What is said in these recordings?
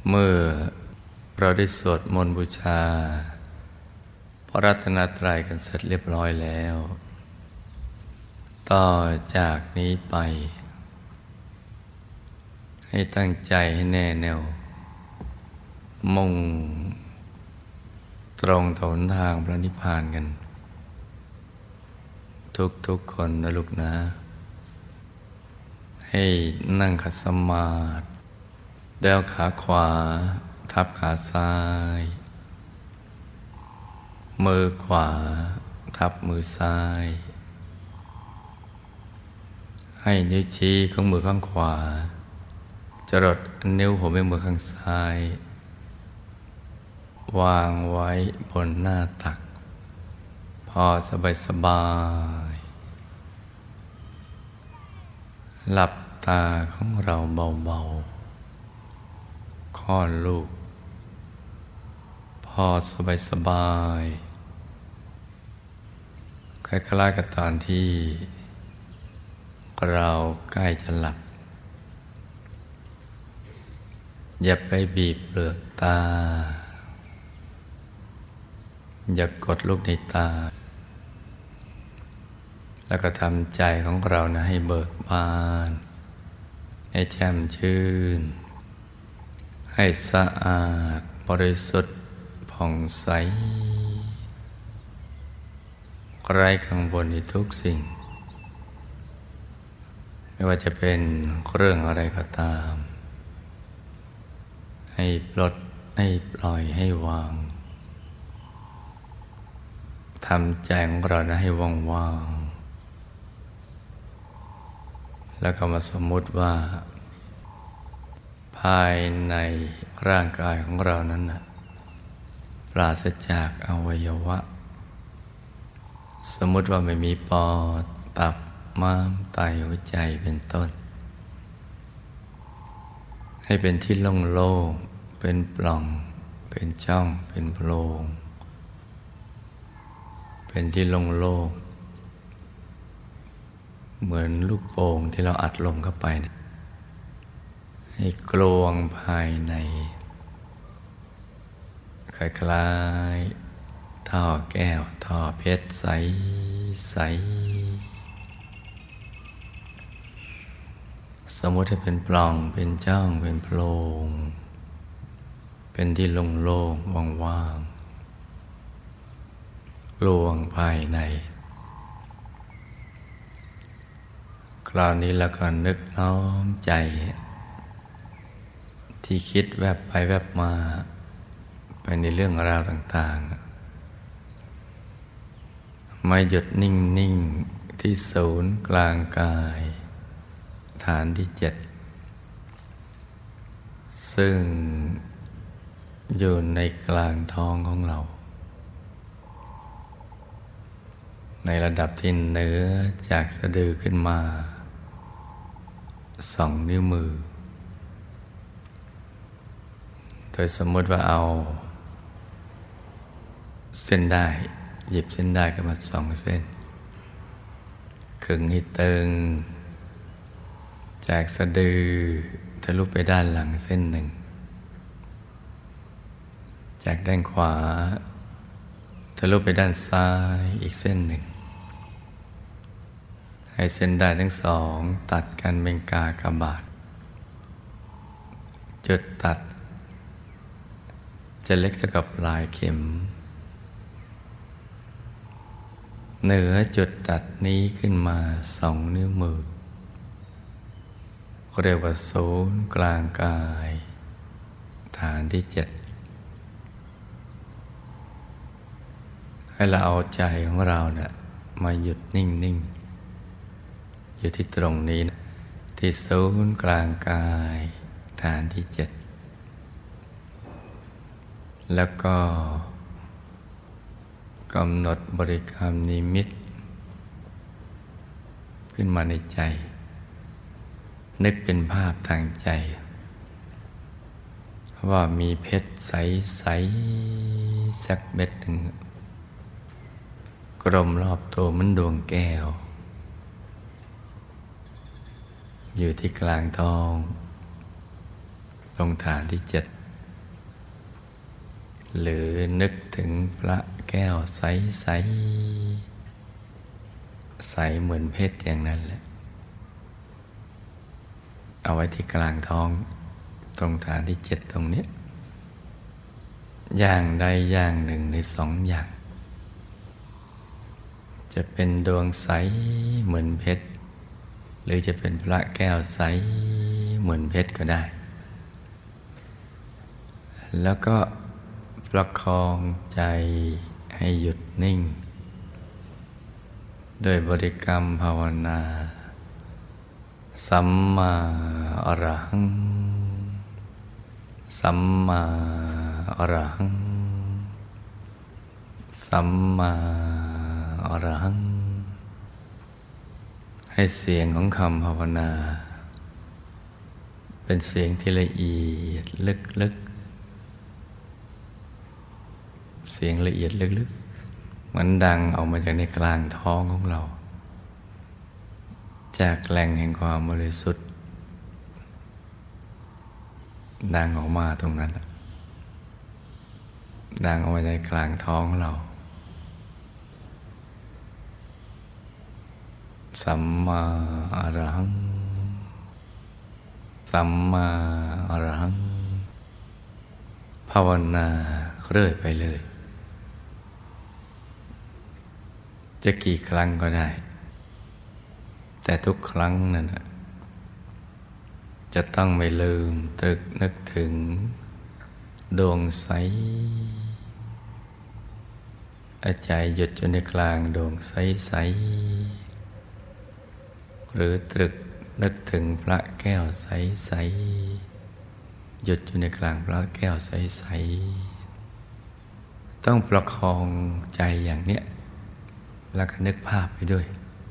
เมื่อเราได้สวดมนต์บูชาพระรัตนตรัยกันเสร็จเรียบร้อยแล้วต่อจากนี้ไปให้ตั้งใจให้แน่แน่วมุ่งตรงต่อหนทางพระนิพพานกันทุกคนนะลูกนะให้นั่งขัดสมาธิเดี่ยวขาขวาทับขาซ้ายมือขวาทับมือซ้ายให้นิ้วชี้ของมือข้างขวาจรดนิ้วหัวแม่มือข้างซ้ายวางไว้บนหน้าตักพอสบายหลับตาของเราเบาๆคลอดลูกพอสบายคล้ายๆกับตอนที่เราใกล้จะหลับอย่าไปบีบเปลือกตาอย่ากดลูกในตาแล้วก็ทำใจของเรานะให้เบิกบานให้แจ่มชื่นให้สะอาดบริสุทธิ์ผ่องใสไร้กังวลในทุกสิ่งไม่ว่าจะเป็นเรื่องอะไรก็ตามให้ปลดให้ปล่อยให้วางทำใจของเรานะให้ว่างๆแล้วก็มาสมมุติว่าภายในร่างกายของเรานั้นนะปราศจากอวัยวะสมมุติว่าไม่มีปอดตับม้ามไตหัวใจเป็นต้นให้เป็นที่โล่งๆเป็นปล่องเป็นช่องเป็นโพรงเป็นที่โล่งๆเหมือนลูกโป่งที่เราอัดลมเข้าไปเนี่ยให้กลวงภายในคล้ายๆท่อแก้วท่อเพชรใสสมมติให้เป็นปล่องเป็นช่องเป็นโพรงเป็นที่โล่งๆว่างๆกลวงภายในคราวนี้แล้วก็นึกน้อมใจที่คิดแวบไปแวบมาไปในเรื่องราวต่างๆไม่หยุดนิ่งๆที่ศูนย์กลางกายฐานที่7ซึ่งอยู่ในกลางท้องของเราในระดับที่เหนือจากสะดือขึ้นมา2 นิ้วมือโดยสมมติว่าเอาเส้นได้หยิบเส้นได้ขึ้นมา2 เส้นขึงให้ตึงจากสะดือทะลุไปด้านหลังเส้นหนึ่งจากด้านขวาทะลุไปด้านซ้ายอีกเส้นหนึ่งให้เส้นได้ทั้ง2ตัดกันเป็นกากบาทจุดตัดจะเล็กเท่ากับปลายเข็มเหนือจุดตัดนี้ขึ้นมา2 นิ้วมือเรียกว่าศูนย์กลางกายฐานที่7ให้เราเอาใจของเราเนี่ยมาหยุดนิ่งๆอยู่ที่ตรงนี้นะที่ศูนย์กลางกายฐานที่7แล้วก็กำหนดบริกรรมนิมิตขึ้นมาในใจนึกเป็นภาพทางใจว่ามีเพชรใสๆสักเม็ดหนึ่งกลมรอบตัวเหมือนดวงแก้วอยู่ที่กลางท้องตรงฐานที่7 หรือนึกถึงพระแก้วใสใสใสเหมือนเพชรอย่างนั้นแหละเอาไว้ที่กลางท้องตรงฐานที่7ตรงนี้อย่างใดอย่างหนึ่งใน2อย่างจะเป็นดวงใสเหมือนเพชรหรือจะเป็นพระแก้วใสเหมือนเพชรก็ได้แล้วก็ประคองใจให้หยุดนิ่งโดยบริกรรมภาวนาสัมมาอรหังสัมมาอรหังสัมมาอรหังให้เสียงของคำภาวนาเป็นเสียงที่ละเอียดลึกๆเสียงละเอียดลึกๆมันดังออกมาจากในกลางท้องของเราจากแหล่งแห่งความบริสุทธิ์ดังออกมาตรงนั้นดังออกมาจากกลางท้องเราสัมมาอรหังสัมมาอรหังภาวนาเรื่อยไปเลยจะกี่ครั้งก็ได้แต่ทุกครั้งนั้นจะต้องไม่ลืมตรึกนึกถึงดวงใสใจหยุดอยู่ในกลางดวงใสๆหรือตรึกนึกถึงพระแก้วใสๆหยุดอยู่ในกลางพระแก้วใสๆต้องประคองใจอย่างเนี้ยแล้วก็นึกภาพไปด้วย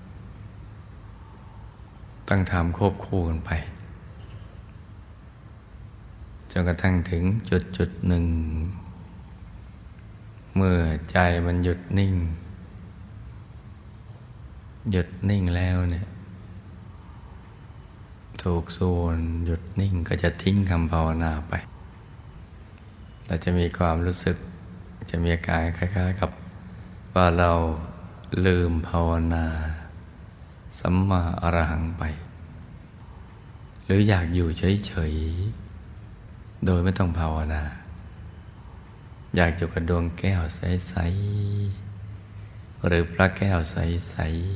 ต้องทำควบคู่กันไปจนกระทั่งถึงจุดหนึ่งเมื่อใจมันหยุดนิ่งแล้วเนี่ยถูกส่วนหยุดนิ่งก็จะทิ้งคำภาวนาไปเราจะมีความรู้สึกจะมีอาการคล้ายๆกับว่าเราลืมภาวนาสัมมาอรหังไปหรืออยากอยู่เฉยๆโดยไม่ต้องภาวนาอยากอยู่กับดวงแก้วใสๆหรือพระแก้วใส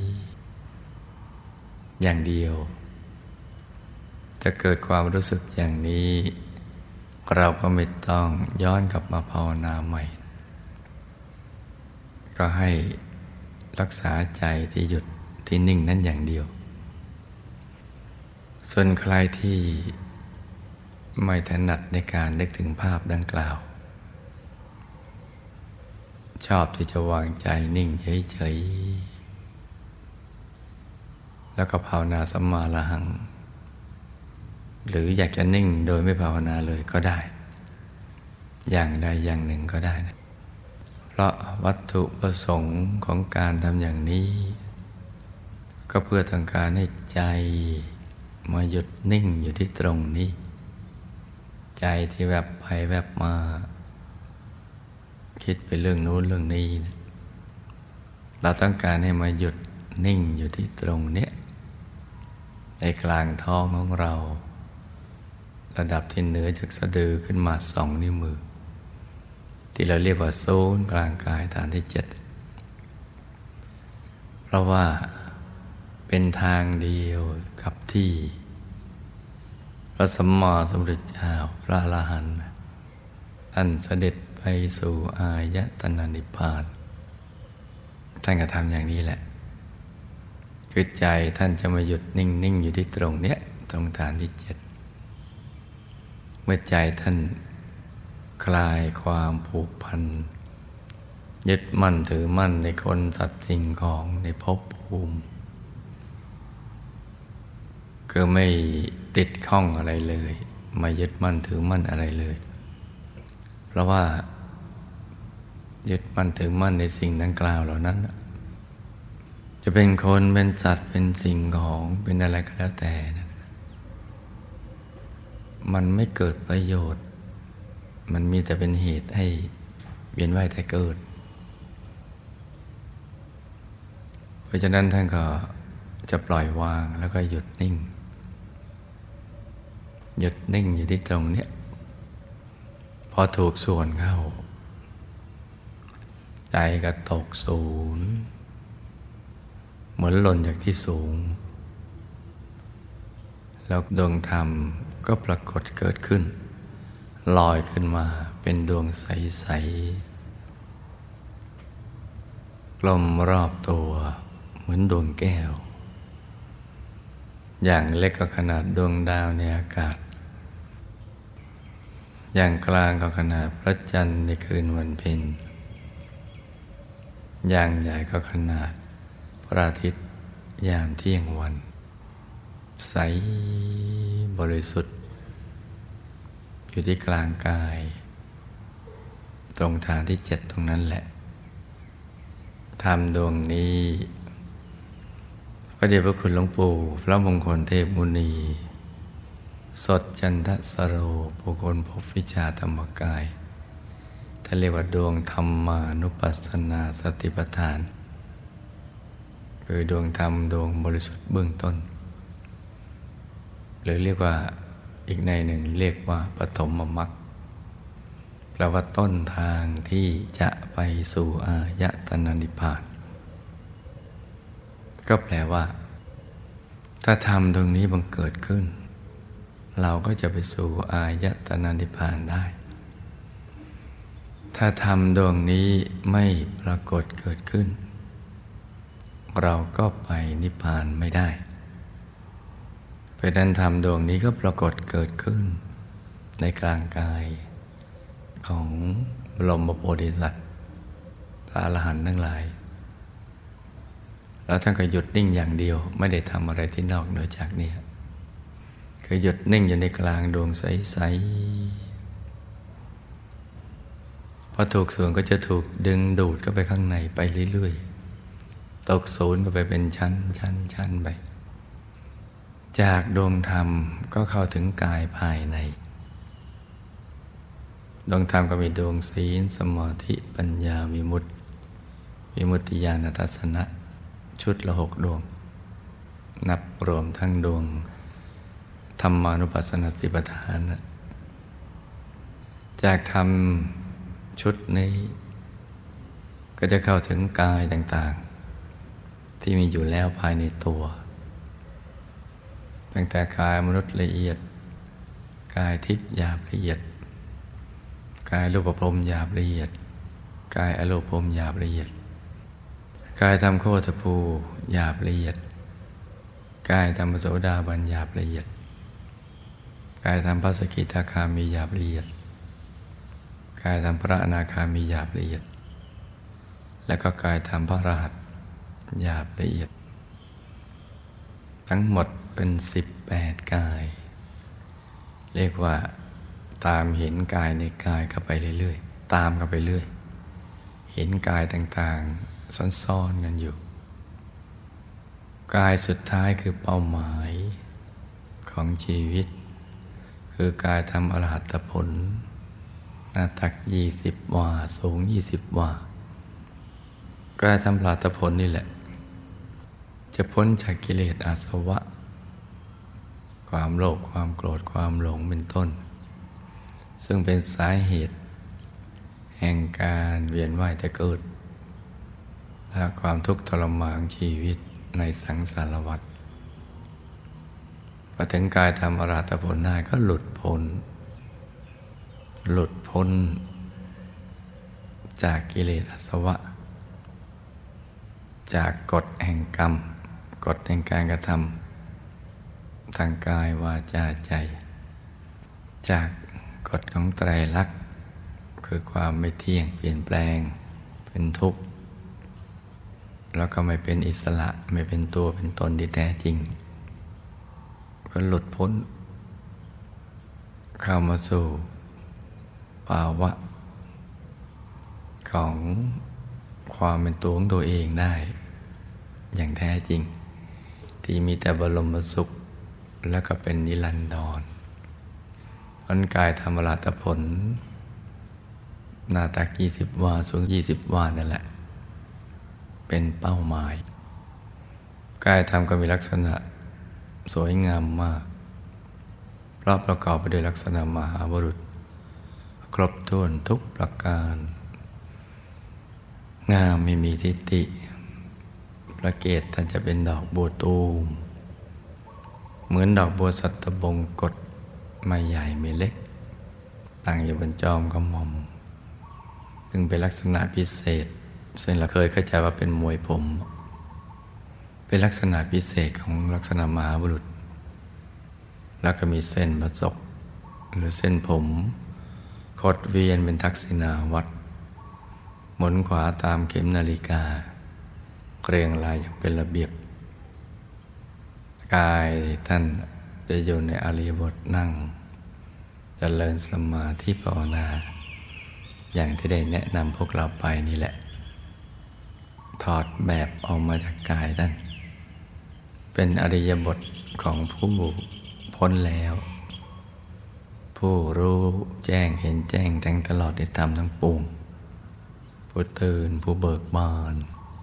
ๆอย่างเดียวถ้าเกิดความรู้สึกอย่างนี้เราก็ไม่ต้องย้อนกลับมาภาวนาใหม่ก็ให้รักษาใจที่หยุดที่นิ่งนั้นอย่างเดียวส่วนใครที่ไม่ถนัดในการนึกถึงภาพดังกล่าวชอบที่จะวางใจนิ่งเฉยๆแล้วก็ภาวนาสัมมาอรหังหรืออยากจะนิ่งโดยไม่ภาวนาเลยก็ได้อย่างใดอย่างหนึ่งก็ได้นะเพราะวัตถุประสงค์ของการทำอย่างนี้ก็เพื่อต้องการให้ใจมาหยุดนิ่งอยู่ที่ตรงนี้ใจที่แวบไปแวบมาคิดไปเรื่องโน้นเรื่องนี้นะเราต้องการให้มาหยุดนิ่งอยู่ที่ตรงเนี้ยในกลางท้องของเราระดับที่เหนือจากสะดือขึ้นมา2 นิ้วมือที่เราเรียกว่าโซนกลางกายฐานที่7เพราะว่าเป็นทางเดียวกับที่พระสัมมาสัมพุทธเจ้าพระอรหันต์ท่านเสด็จไปสู่อายตนะนิพพานท่านก็ทำอย่างนี้แหละคือใจท่านจะมาหยุดนิ่งอยู่ที่ตรงเนี้ยตรงฐานที่7เมื่อใจท่านคลายความผูกพันยึดมั่นถือมั่นในคนสัตว์สิ่งของในภพภูมิคือไม่ติดข้องอะไรเลยไม่ยึดมั่นถือมั่นอะไรเลยเพราะว่ายึดมั่นถือมั่นในสิ่งดังกล่าวเหล่านั้นจะเป็นคนเป็นสัตว์เป็นสิ่งของเป็นอะไรก็แล้วแต่นะมันไม่เกิดประโยชน์มันมีแต่เป็นเหตุให้เวียนว่ายตายเกิดเพราะฉะนั้นท่านก็จะปล่อยวางแล้วก็หยุดนิ่งอยู่ที่ตรงเนี้ยพอถูกส่วนเข้าใจก็ตกศูนย์เหมือนหล่นจากที่สูงแล้วดวงธรรมก็ปรากฏเกิดขึ้นลอยขึ้นมาเป็นดวงใสๆกลมรอบตัวเหมือนดวงแก้วอย่างเล็กก็ขนาดดวงดาวในอากาศอย่างกลางก็ขนาดพระจันทร์ในคืนวันเพ็ญอย่างใหญ่ก็ขนาดพระอาทิตย์ยามเที่ยงวันใสบริสุทธิ์อยู่ที่กลางกายตรงฐานที่7ตรงนั้นแหละธรรมดวงนี้พระเดชพระคุณหลวงปู่พระมงคลเทพมุนีสดจันทสโรบุคคลพบวิชาธรรมกายท่านเรียกว่าดวงธรรมานุปัสสนาสติปัฏฐานคือดวงธรรมดวงบริสุทธิ์เบื้องต้นหรือเรียกว่าอีกในหนึ่งเรียกว่าปฐมมรรคแปลว่าต้นทางที่จะไปสู่อายตนะนิพพานก็แปลว่าถ้าธรรมตรงนี้บังเกิดขึ้นเราก็จะไปสู่อายตนะนิพพานได้ถ้าธรรมดวงนี้ไม่ปรากฏเกิดขึ้นเราก็ไปนิพพานไม่ได้เพราะนั้นธรรมดวงนี้ก็ปรากฏเกิดขึ้นในกลางกายของบรมโพธิสัตว์พระอรหันต์ทั้งหลายแล้วท่านก็หยุดนิ่งอย่างเดียวไม่ได้ทำอะไรที่นอกเหนือจากนี้คือหยุดนิ่งอยู่ในกลางดวงใสๆพอถูกส่วนก็จะถูกดึงดูดเข้าไปข้างในไปเรื่อยๆตกศูนย์ก็ไปเป็นชั้นไปจากดวงธรรมก็เข้าถึงกายภายในดวงธรรมก็มีดวงศีลสมาธิปัญญาวิมุตติญาณทัสสนะชุดละ6 ดวงนับรวมทั้งดวงธรรมานุปัสสนาสติปัฏฐานจากธรรมชุดนี้ก็จะเข้าถึงกายต่างๆที่มีอยู่แล้วภายในตัวตั้งแต่กายมนุษย์ละเอียดกายทิพย์หยาบละเอียดกายรูปพรหมหยาบละเอียดกายอรูปพรหมหยาบละเอียดกายธรรมโคตภูหยาบละเอียดกายธรรมโสดาบันหยาบละเอียดกายธรรมพระสกิทาคามีหยาบละเอียดกายธรรมพระอนาคามีหยาบละเอียดแล้วก็กายธรรมพระอรหันต์หยาบละเอียดทั้งหมดเป็น18 กายเรียกว่าตามเห็นกายในกายเข้าไปเรื่อยๆตามเข้าไปเรื่อยเห็นกายต่างๆซ่อนๆกันอยู่กายสุดท้ายคือเป้าหมายของชีวิตคือกายทำอรหัตผลหน้าตัก20 วาสูง20 วากายทำอรหัตผลนี่แหละจะพ้นจากกิเลสอาสวะความโลภความโกรธความหลงเป็นต้นซึ่งเป็นสาเหตุแห่งการเวียนว่ายแต่เกิดและความทุกข์ทรมานของชีวิตในสังสารวัฏพอถึงกายทำอรหัตผลได้ก็หลุดพ้นจากกิเลสอาสวะจากกฎแห่งกรรมกฎแห่งการกระทำทางกายวาจาใจจากกฎของไตรลักษณ์คือความไม่เที่ยงเปลี่ยนแปลงเป็นทุกข์แล้วก็ไม่เป็นอิสระไม่เป็นตัวเป็นตนที่แท้จริงก็หลุดพ้นเข้ามาสู่ภาวะของความเป็นตัวของตัวเองได้อย่างแท้จริงที่มีแต่บรมสุขแล้วก็เป็นนิรันดรผลกายธรรมอรหัตผลหน้าตัก20 วาสูง20 วานั่นแหละเป็นเป้าหมายกายธรรมก็มีลักษณะสวยงามมากเพราะประกอบไปด้วยลักษณะมหาบุรุษครบถ้วนทุกประการงามไม่มีทิฏฐิพระเกศท่านจะเป็นดอกบัวตูมเหมือนดอกบัวสัตบงกฎไม่ใหญ่ไม่เล็กตั้งอยู่บนจอมกระหม่อมซึ่งเป็นลักษณะพิเศษซึ่งเราเคยเข้าใจว่าเป็นมวยผมเป็นลักษณะพิเศษของลักษณะมหาบุรุษแล้วก็มีเส้นประศกหรือเส้นผมคดเวียนเป็นทักษิณาวัตรหมุนขวาตามเข็มนาฬิกาเรียงรายอย่างเป็นระเบียบกายท่านจะอยู่ในอริยบทนั่งเจริญสมาธิภาวนาอย่างที่ได้แนะนำพวกเราไปนี่แหละถอดแบบออกมาจากกายท่านเป็นอริยบทของผู้พ้นแล้วผู้รู้แจ้งเห็นแจ้งแทงตลอดในธรรมทั้งปวงผู้ตื่นผู้เบิกบาน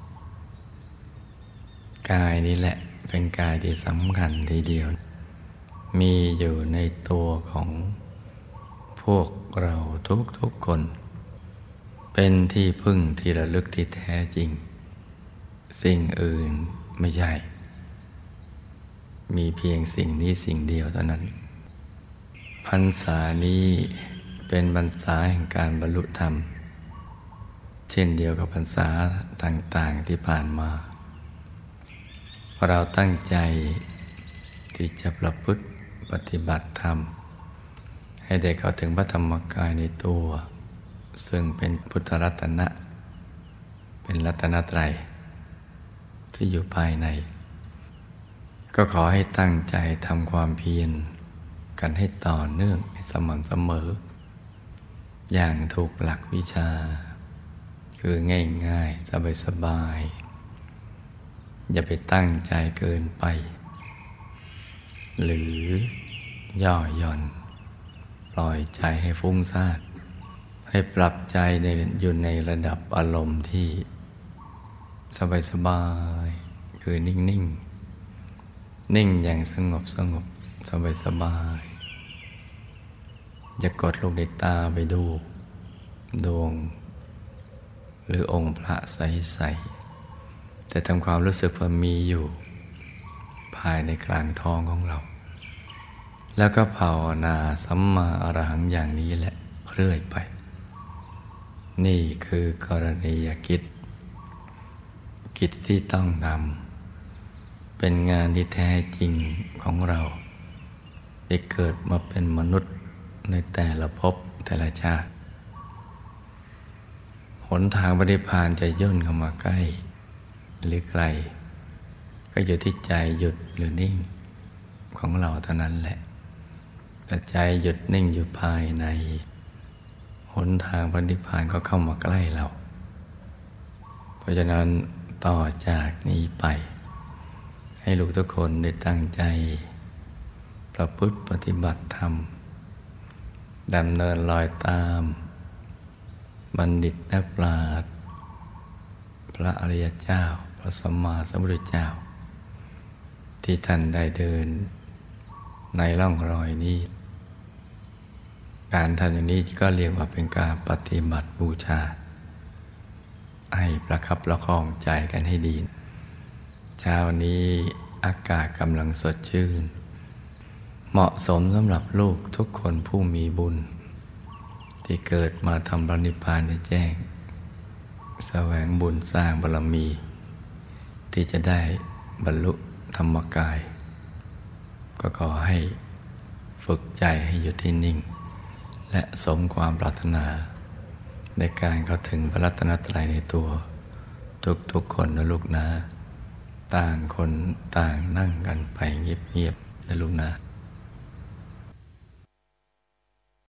กายนี้แหละเป็นกายที่สำคัญทีเดียวมีอยู่ในตัวของพวกเราทุกคนเป็นที่พึ่งที่ระลึกที่แท้จริงสิ่งอื่นไม่ใช่มีเพียงสิ่งนี้สิ่งเดียวเท่านั้นพรรษานี้เป็นพรรษาแห่งการบรรลุธรรมเช่นเดียวกับพรรษาต่างๆที่ผ่านมาเราตั้งใจที่จะประพฤติปฏิบัติธรรมให้ได้เข้าถึงพระธรรมกายในตัวซึ่งเป็นพุทธรัตนะเป็นรัตนตรัยที่อยู่ภายในก็ขอให้ตั้งใจทำความเพียรกันให้ต่อเนื่องให้สม่ำเสมออย่างถูกหลักวิชาคือง่ายๆสบายๆอย่าไปตั้งใจเกินไปหรือย่อหย่อนปล่อยใจให้ฟุ้งซ่านให้ปรับใจอยู่ในระดับอารมณ์ที่สบายๆคือนิ่งนิ่งอย่างสงบสบายอย่ากดลูกในตาไปดูดวงหรือองค์พระใสๆแต่ทำความรู้สึกว่ามีอยู่ภายในกลางท้องของเราแล้วก็ภาวนาสัมมาอรหังอย่างนี้แหละเรื่อยไปนี่คือกรณียกิจที่ต้องทำเป็นงานที่แท้จริงของเราได้เกิดมาเป็นมนุษย์ในแต่ละภพแต่ละชาติหนทางปฏิภาณจะย่นเข้ามาใกล้หรือไกลก็อยู่ที่ใจหยุดหรือนิ่งของเราเท่านั้นแหละแต่ใจหยุดนิ่งอยู่ภายในหนทางปฏิภาณก็เข้ามาใกล้เราเพราะฉะนั้นต่อจากนี้ไปให้ลูกทุกคนได้ตั้งใจประพฤติปฏิบัติธรรมดำเนินรอยตามบัณฑิตนักปราชญ์พระอริยเจ้าพระสัมมาสัมพุทธเจ้าที่ท่านได้เดินในร่องรอยนี้การทำอย่างนี้ก็เรียกว่าเป็นการปฏิบัติบูชาให้ประคับประคองใจกันให้ดีเช้านี้อากาศกำลังสดชื่นเหมาะสมสำหรับลูกทุกคนผู้มีบุญที่เกิดมาทำพระนิพพานได้แจ้งแสวงบุญสร้างบารมีที่จะได้บรรลุธรรมกายก็ขอให้ฝึกใจให้อยู่ที่นิ่งและสมความปรารถนาในการเข้าถึงพระรัตนตรัยในตัวทุกคนนะลูกนะต่างคนต่างนั่งกันไปเงียบๆนะลูกนะ